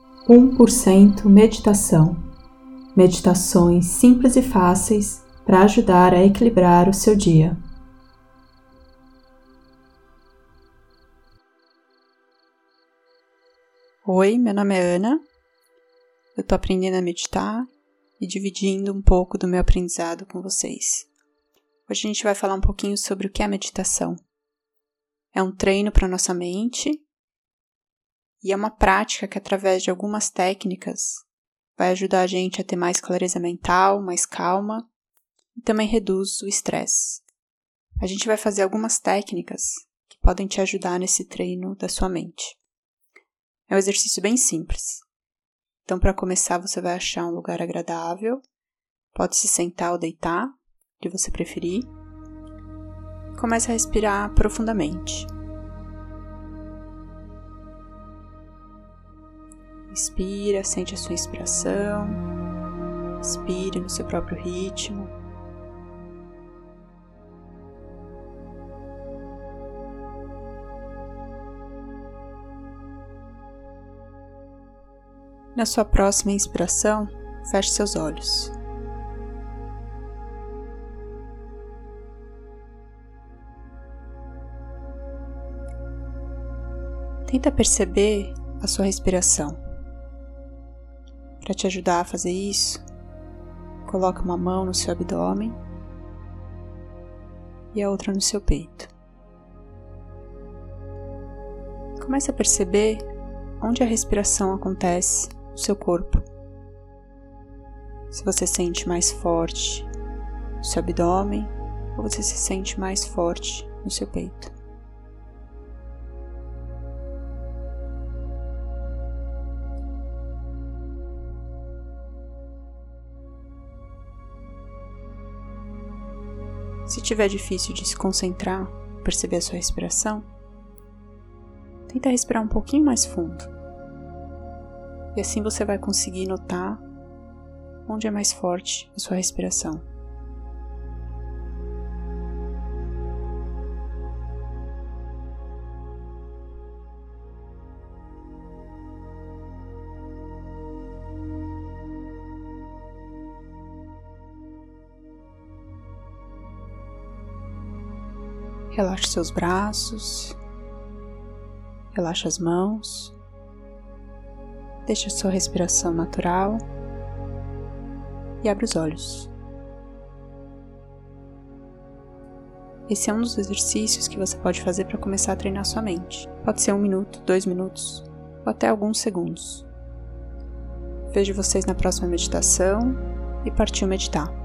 1% Meditação. Meditações simples e fáceis para ajudar a equilibrar o seu dia. Oi, meu nome é Ana. Eu estou aprendendo a meditar e dividindo um pouco do meu aprendizado com vocês. Hoje a gente vai falar um pouquinho sobre o que é meditação. É um treino para a nossa mente e é uma prática que, através de algumas técnicas, vai ajudar a gente a ter mais clareza mental, mais calma e também reduz o estresse. A gente vai fazer algumas técnicas que podem te ajudar nesse treino da sua mente. É um exercício bem simples. Então, para começar, você vai achar um lugar agradável. Pode se sentar ou deitar, o que você preferir. Comece a respirar profundamente. Inspira, sente a sua inspiração. Expire no seu próprio ritmo. Na sua próxima inspiração, feche seus olhos. Tenta perceber a sua respiração. Para te ajudar a fazer isso, coloque uma mão no seu abdômen e a outra no seu peito. Comece a perceber onde a respiração acontece no seu corpo. Se você sente mais forte no seu abdômen ou você se sente mais forte no seu peito. Se tiver difícil de se concentrar, perceber a sua respiração, tenta respirar um pouquinho mais fundo. E assim você vai conseguir notar onde é mais forte a sua respiração. Relaxe seus braços, relaxe as mãos, deixe a sua respiração natural e abre os olhos. Esse é um dos exercícios que você pode fazer para começar a treinar sua mente. Pode ser 1 minuto, 2 minutos ou até alguns segundos. Vejo vocês na próxima meditação e partiu meditar.